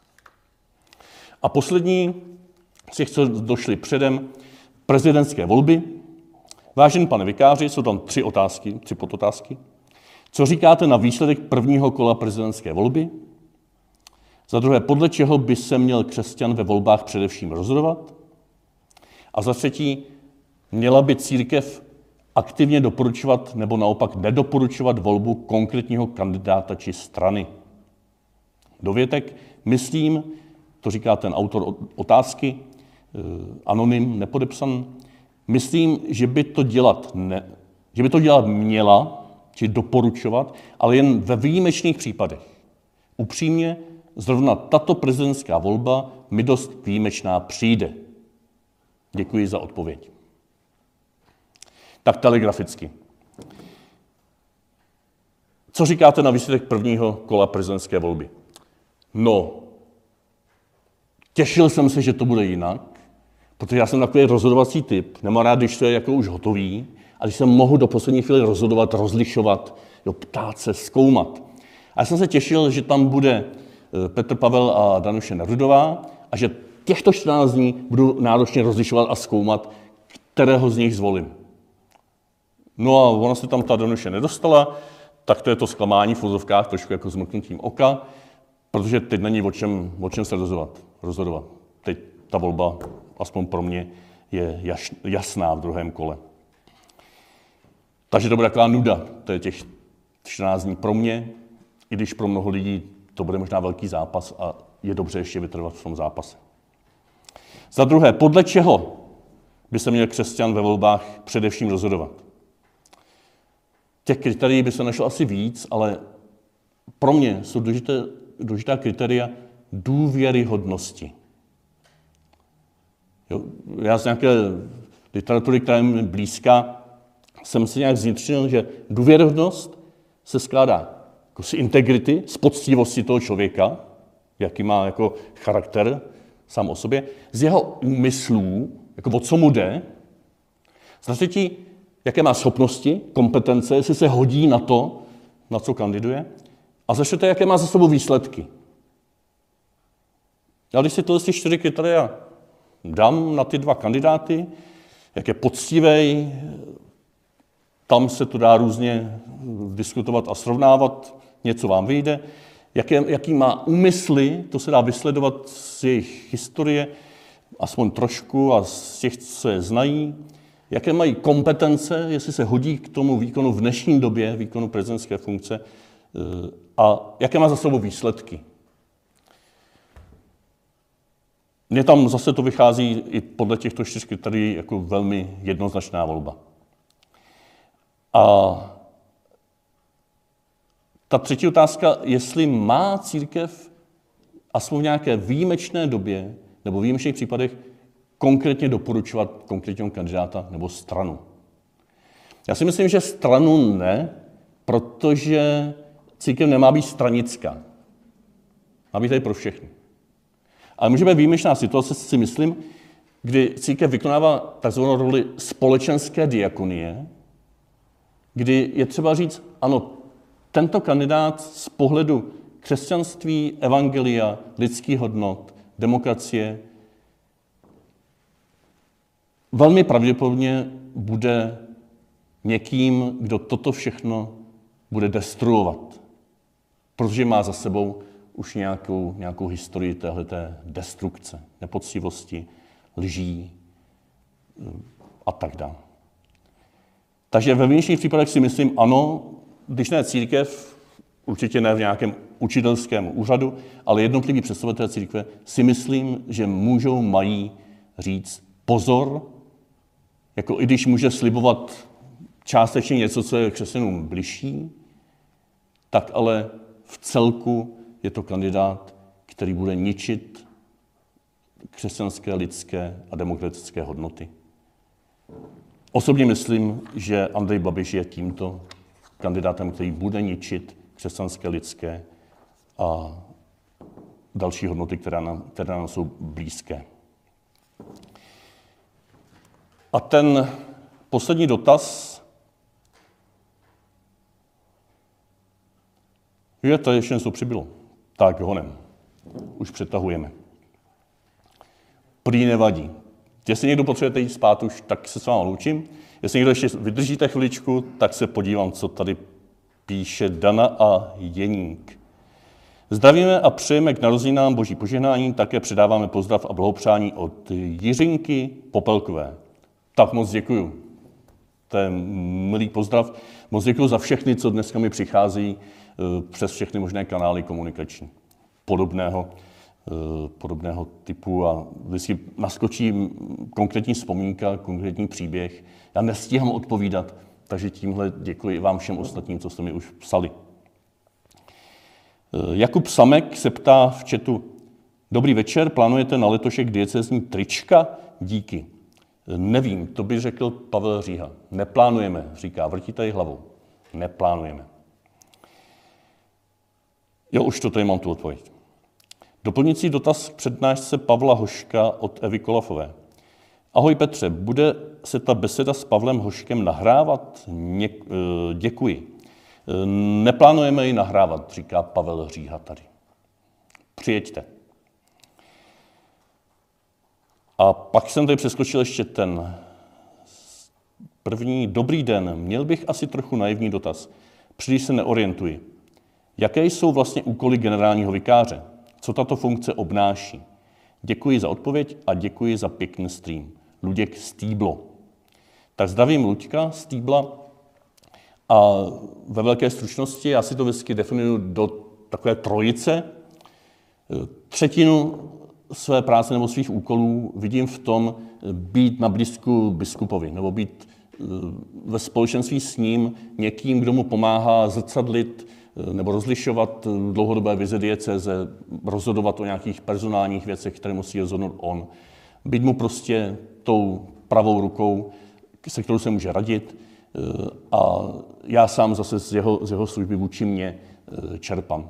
[SPEAKER 1] A poslední, z těch, co došli předem, prezidentské volby. Vážený pane vikáři, jsou tam tři otázky, tři podotázky. Co říkáte na výsledek prvního kola prezidentské volby? Za druhé, podle čeho by se měl křesťan ve volbách především rozhodovat? A za třetí, měla by církev aktivně doporučovat nebo naopak nedoporučovat volbu konkrétního kandidáta či strany? Dovětek, myslím, to říká ten autor otázky, anonym, nepodepsan, myslím, že by to dělat, ne, že by to dělat měla, či doporučovat, ale jen ve výjimečných případech. Upřímně, zrovna tato prezidentská volba mi dost výjimečná přijde. Děkuji za odpověď. Tak telegraficky. Co říkáte na výsledek prvního kola prezidentské volby? No, těšil jsem se, že to bude jinak, protože já jsem takový rozhodovací typ, nemám rád, když to je jako už hotový, a když se mohu do poslední chvíli rozhodovat, rozlišovat, jo, ptát se, zkoumat. A já jsem se těšil, že tam bude Petr Pavel a Danuše Nerudová a že těchto čtrnáct dní budu náročně rozlišovat a zkoumat, kterého z nich zvolím. No a ona se tam ta Danuše nedostala, tak to je to zklamání v ozovkách, trošku jako zmrknutím oka, protože teď není o čem, o čem se rozhodovat. rozhodovat. Teď ta volba, aspoň pro mě, je jasná v druhém kole. Takže to bude taková nuda, to je těch čtrnáct dní pro mě, i když pro mnoho lidí to bude možná velký zápas a je dobře ještě vytrvat v tom zápase. Za druhé, podle čeho by se měl křesťan ve volbách především rozhodovat? Těch kritérií by se našlo asi víc, ale pro mě jsou důležité, důležitá kritéria důvěryhodnosti. Jo, já z nějaké literatury, která je mi blízká, jsem si nějak zvnitřnil, že důvěryhodnost se skládá jako z integrity, z poctivosti toho člověka, jaký má jako charakter sám o sobě, z jeho úmyslů, jako o co mu jde, za třetí, jaké má schopnosti, kompetence, jestli se hodí na to, na co kandiduje, a za čtvrté, jaké má za sebou výsledky. Já když si tohle ty čtyři kritéria dám na ty dva kandidáty, jak je poctivý, tam se to dá různě diskutovat a srovnávat, něco vám vyjde, jaké, jaký má úmysly, to se dá vysledovat z jejich historie, aspoň trošku a z těch, co je znají, jaké mají kompetence, jestli se hodí k tomu výkonu v dnešní době, výkonu prezidentské funkce, a jaké má za sebou výsledky. Mně tam zase to vychází i podle těchto čtyř kritérií jako velmi jednoznačná volba. A ta třetí otázka, jestli má církev aspoň v nějaké výjimečné době nebo v výjimečných případech konkrétně doporučovat konkrétního kandidáta nebo stranu. Já si myslím, že stranu ne, protože církev nemá být stranická. Má být tady pro všechny. Ale může být výjimečná situace, si myslím, kdy církev vykonává takzvanou roli společenské diakonie, kdy je třeba říct, ano, tento kandidát z pohledu křesťanství, evangelia, lidských hodnot, demokracie velmi pravděpodobně bude někým, kdo toto všechno bude destruovat, protože má za sebou už nějakou, nějakou historii téhleté destrukce, nepoctivosti, lží a tak dále. Takže ve výjimečných případech si myslím, ano, když ne církev, určitě ne v nějakém učitelském úřadu, ale jednotliví představitelé církve si myslím, že můžou, mají říct pozor, jako i když může slibovat částečně něco, co je křesťanům bližší, tak ale v celku je to kandidát, který bude ničit křesťanské, lidské a demokratické hodnoty. Osobně myslím, že Andrej Babiš je tímto kandidátem, který bude ničit křesťanské, lidské a další hodnoty, které nám, které nám jsou blízké. A ten poslední dotaz, je to ještě něco přibylo. Tak honem. Už přetahujeme. Prý nevadí. Jestli někdo potřebujete jít spát už, tak se s vámi loučím. Jestli někdo ještě vydržíte chviličku, tak se podívám, co tady píše Dana a Jeník. Zdravíme a přejeme k narozeninám boží požehnání, také předáváme pozdrav a blahopřání od Jiřinky Popelkové. Tak moc děkuju. To je milý pozdrav. Moc děkuju za všechny, co dneska mi přichází přes všechny možné kanály komunikační podobného, podobného typu a vždycky naskočí konkrétní vzpomínka, konkrétní příběh. Já nestíhám odpovídat, takže tímhle děkuji vám všem ostatním, co jste mi už psali. Jakub Samek se ptá v chatu: Dobrý večer, plánujete na letošek diecézní trička? Díky. Nevím, to by řekl Pavel Říha. Neplánujeme, říká, vrtí tady hlavou. Neplánujeme. Jo, už to tady mám tu odpověď. Doplňující dotaz k přednášce Pavla Hoška od Evy Kolafové. Ahoj Petře, bude se ta beseda s Pavlem Hoškem nahrávat? Ně, děkuji. Neplánujeme ji nahrávat, říká Pavel Říha tady. Přijeďte. A pak jsem tady přeskočil ještě ten první. Dobrý den, měl bych asi trochu naivní dotaz. Příliš se neorientuji. Jaké jsou vlastně úkoly generálního vikáře? Co tato funkce obnáší? Děkuji za odpověď a děkuji za pěkný stream. Luděk Stýblo. Tak zdravím Luďka Stýbla a ve velké stručnosti já si to vždycky definuju do takové trojice. Třetinu své práce nebo svých úkolů vidím v tom být na blízku biskupovi nebo být ve společenství s ním někým, kdo mu pomáhá zrcadlit nebo rozlišovat dlouhodobé vize diecéze, rozhodovat o nějakých personálních věcech, které musí rozhodnout on. Být mu prostě tou pravou rukou, se kterou se může radit, a já sám zase z jeho, z jeho služby vůči mě čerpám.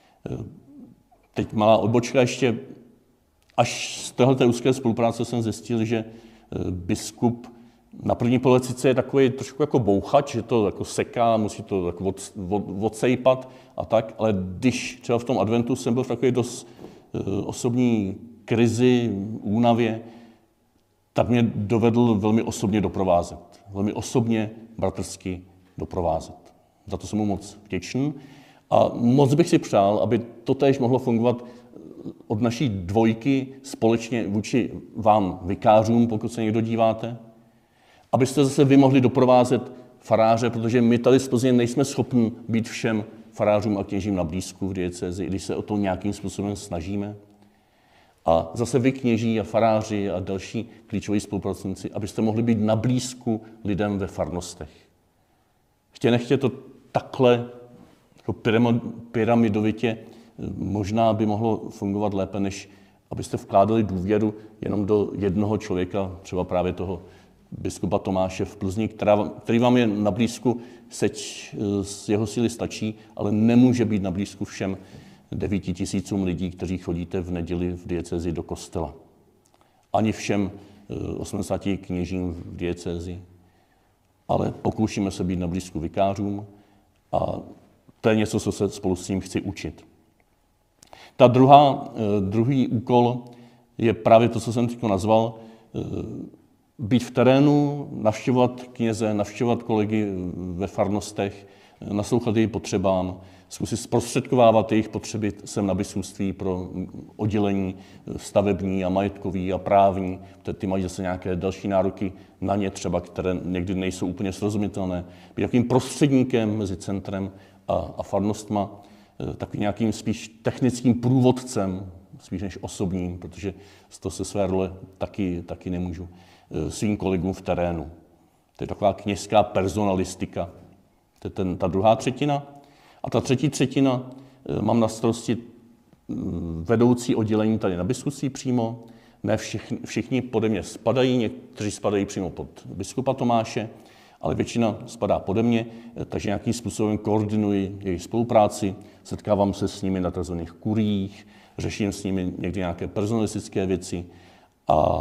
[SPEAKER 1] Teď malá odbočka ještě. Až z téhleté úzké spolupráce jsem zjistil, že biskup na první pohled sice je takový trošku jako bouchač, že to jako seká, musí to jako od, od, odsejpat a tak, ale když třeba v tom adventu jsem byl v takové dost osobní krizi, únavě, tak mě dovedl velmi osobně doprovázet. Velmi osobně, bratrsky doprovázet. Za to jsem mu moc vděčný. A moc bych si přál, aby to též mohlo fungovat od naší dvojky společně vůči vám, vikářům, pokud se někdo díváte, abyste zase vy mohli doprovázet faráře, protože my tady z Plzně nejsme schopni být všem farářům a kněžím na blízku v diecézi, i když se o to nějakým způsobem snažíme. A zase vy, kněží a faráři a další klíčoví spolupracovníci, abyste mohli být na blízku lidem ve farnostech. Chtě nechtě to takhle jako pyramidovitě možná by mohlo fungovat lépe, než abyste vkládali důvěru jenom do jednoho člověka, třeba právě toho biskupa Tomáše v Plzni, která, který vám je na blízku, seď z jeho síly stačí, ale nemůže být na blízku všem devíti tisícům lidí, kteří chodíte v neděli v diecézi do kostela. Ani všem osmdesáti kněžím v diecézi, ale pokoušíme se být na blízku vikářům a to je něco, co se spolu s ním chci učit. Ta druhá, druhý úkol je právě to, co jsem teď nazval, být v terénu, navštěvovat kněze, navštěvovat kolegy ve farnostech, naslouchat jejich potřebám, zkusit zprostředkovávat jejich potřeby sem na biskupství pro oddělení stavební a majetkový a právní. Ty mají zase nějaké další nároky na ně třeba, které někdy nejsou úplně srozumitelné. Být takovým prostředníkem mezi centrem a, a farnostma, takovým nějakým spíš technickým průvodcem, spíš než osobním, protože z toho se své role taky, taky nemůžu, svým kolegům v terénu. To je taková kněžská personalistika. To je ten, ta druhá třetina. A ta třetí třetina mám na starosti vedoucí oddělení tady na biskupství přímo. Ne všichni, všichni pode mě spadají, někteří spadají přímo pod biskupa Tomáše, ale většina spadá pode mě, takže nějakým způsobem koordinuji jejich spolupráci, setkávám se s nimi na tzv. Kuriích, řeším s nimi někdy nějaké personalistické věci a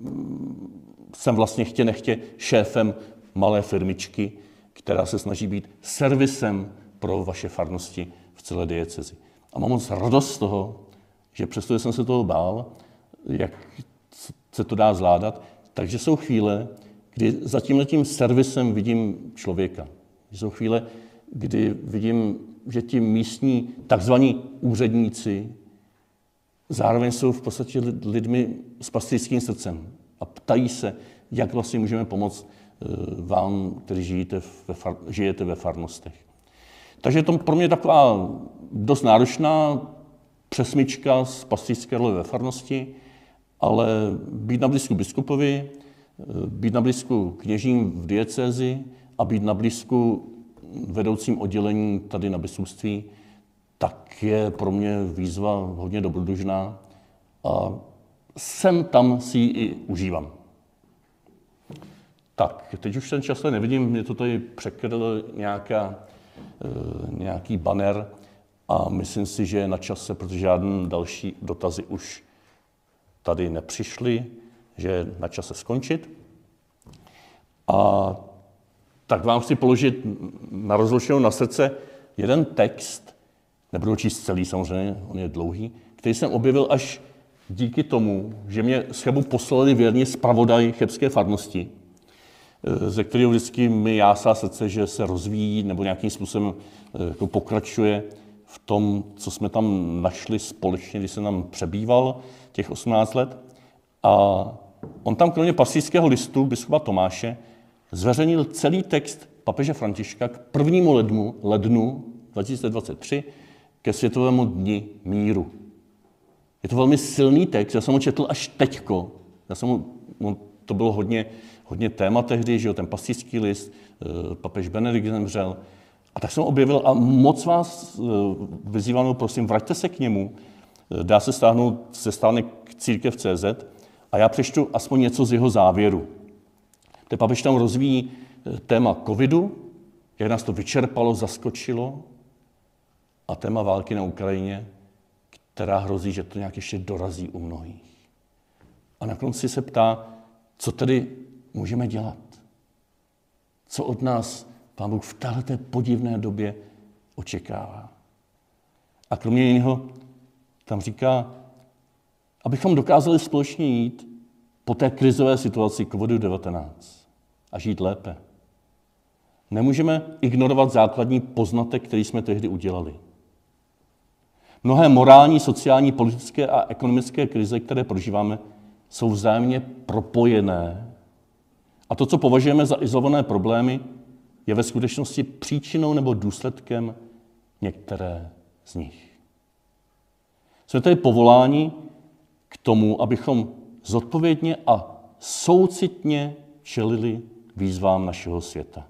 [SPEAKER 1] jsem vlastně chtě nechtě šéfem malé firmičky, která se snaží být servisem pro vaše farnosti v celé diecezi. A mám moc radost z toho, že přestože jsem se toho bál, jak se to dá zvládat, takže jsou chvíle, kdy za tímhletím servisem vidím člověka. Jsou chvíle, kdy vidím, že ti místní takzvaní úředníci zároveň jsou v podstatě lidmi s pastýřským srdcem a ptají se, jak vlastně můžeme pomoct vám, kteří žijete ve, far, žijete ve farnostech. Takže je to pro mě taková dost náročná přesmička z pastýřské role ve farnosti, ale být na blízku biskupovi, být na blízku kněžím v diecézi a být na blízku vedoucím oddělení tady na biskupství, tak je pro mě výzva hodně dobrodružná a sem tam si ji i užívám. Tak, teď už ten čas nevidím, mě to tady překryl nějaká, e, nějaký banner a myslím si, že je na čase, protože žádné další dotazy už tady nepřišly, že je na čase skončit. A tak vám chci položit na rozlučenou na srdce jeden text, nebudu číst celý samozřejmě, on je dlouhý, který jsem objevil až díky tomu, že mě z Chebu poslali věrně zpravodaj chebské farnosti, ze kterého vždycky mi jásá srdce, že se rozvíjí nebo nějakým způsobem jako pokračuje v tom, co jsme tam našli společně, když jsem tam přebýval těch osmnáct let. A on tam kromě pastýřského listu biskupa Tomáše zveřejnil celý text papeže Františka k prvnímu lednu, lednu dva tisíce dvacet tři ke Světovému dni míru. Je to velmi silný text, já jsem ho četl až teďko. Já jsem ho, to bylo hodně, hodně téma tehdy, že jo, ten pastýřský list, papež Benedikt zemřel. A tak jsem ho objevil a moc vás vyzývám, prosím, vraťte se k němu. Dá se stáhnout ze stránek církev tečka cé zet a já přečtu aspoň něco z jeho závěru. Ten papež tam rozvíjí téma covidu, jak nás to vyčerpalo, zaskočilo, a téma války na Ukrajině, která hrozí, že to nějak ještě dorazí u mnohých. A na konci se ptá, co tedy můžeme dělat? Co od nás Pán Bůh v této podivné době očekává? A kromě jiného tam říká, abychom dokázali společně jít po té krizové situaci kovid devatenáct a žít lépe. Nemůžeme ignorovat základní poznatek, který jsme tehdy udělali. Mnohé morální, sociální, politické a ekonomické krize, které prožíváme, jsou vzájemně propojené. A to, co považujeme za izolované problémy, je ve skutečnosti příčinou nebo důsledkem některé z nich. Jsme tedy povoláni k tomu, abychom zodpovědně a soucitně čelili výzvám našeho světa.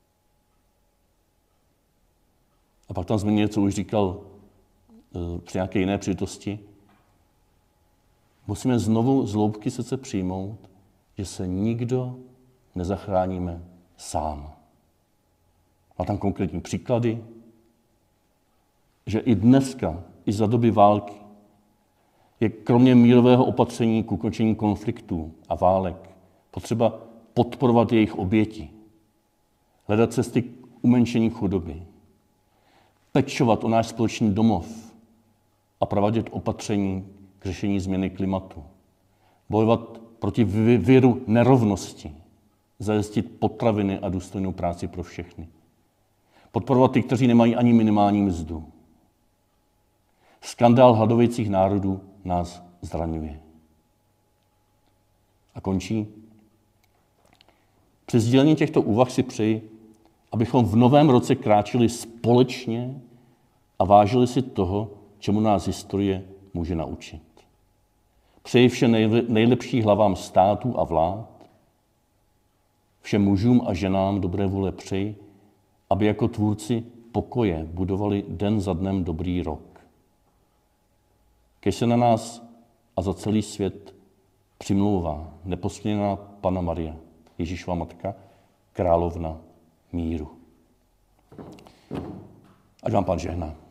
[SPEAKER 1] A pak tam zmínil, co už říkal při nějaké jiné příležitosti. Musíme znovu z hloubky srdce přijmout, že se nikdo nezachráníme sám. Má tam konkrétní příklady, že i dneska, i za doby války je kromě mírového opatření k ukončení konfliktů a válek potřeba podporovat jejich oběti, hledat cesty k umenšení chudoby, pečovat o náš společný domov a provádět opatření k řešení změny klimatu, bojovat proti viru nerovnosti, zajistit potraviny a důstojnou práci pro všechny, podporovat ty, kteří nemají ani minimální mzdu. Skandál hladovějících národů nás zraňuje. A končí. Při sdílení těchto úvah si přeji, abychom v novém roce kráčeli společně a vážili si toho, čemu nás historie může naučit. Přeji všem nejlepší hlavám států a vlád, všem mužům a ženám dobré vůle přeji, aby jako tvůrci pokoje budovali den za dnem dobrý rok. Kež se na nás a za celý svět přimlouvá neposledná Panna Maria, Ježíšova matka, královna míru. Ať vám Pán žehná.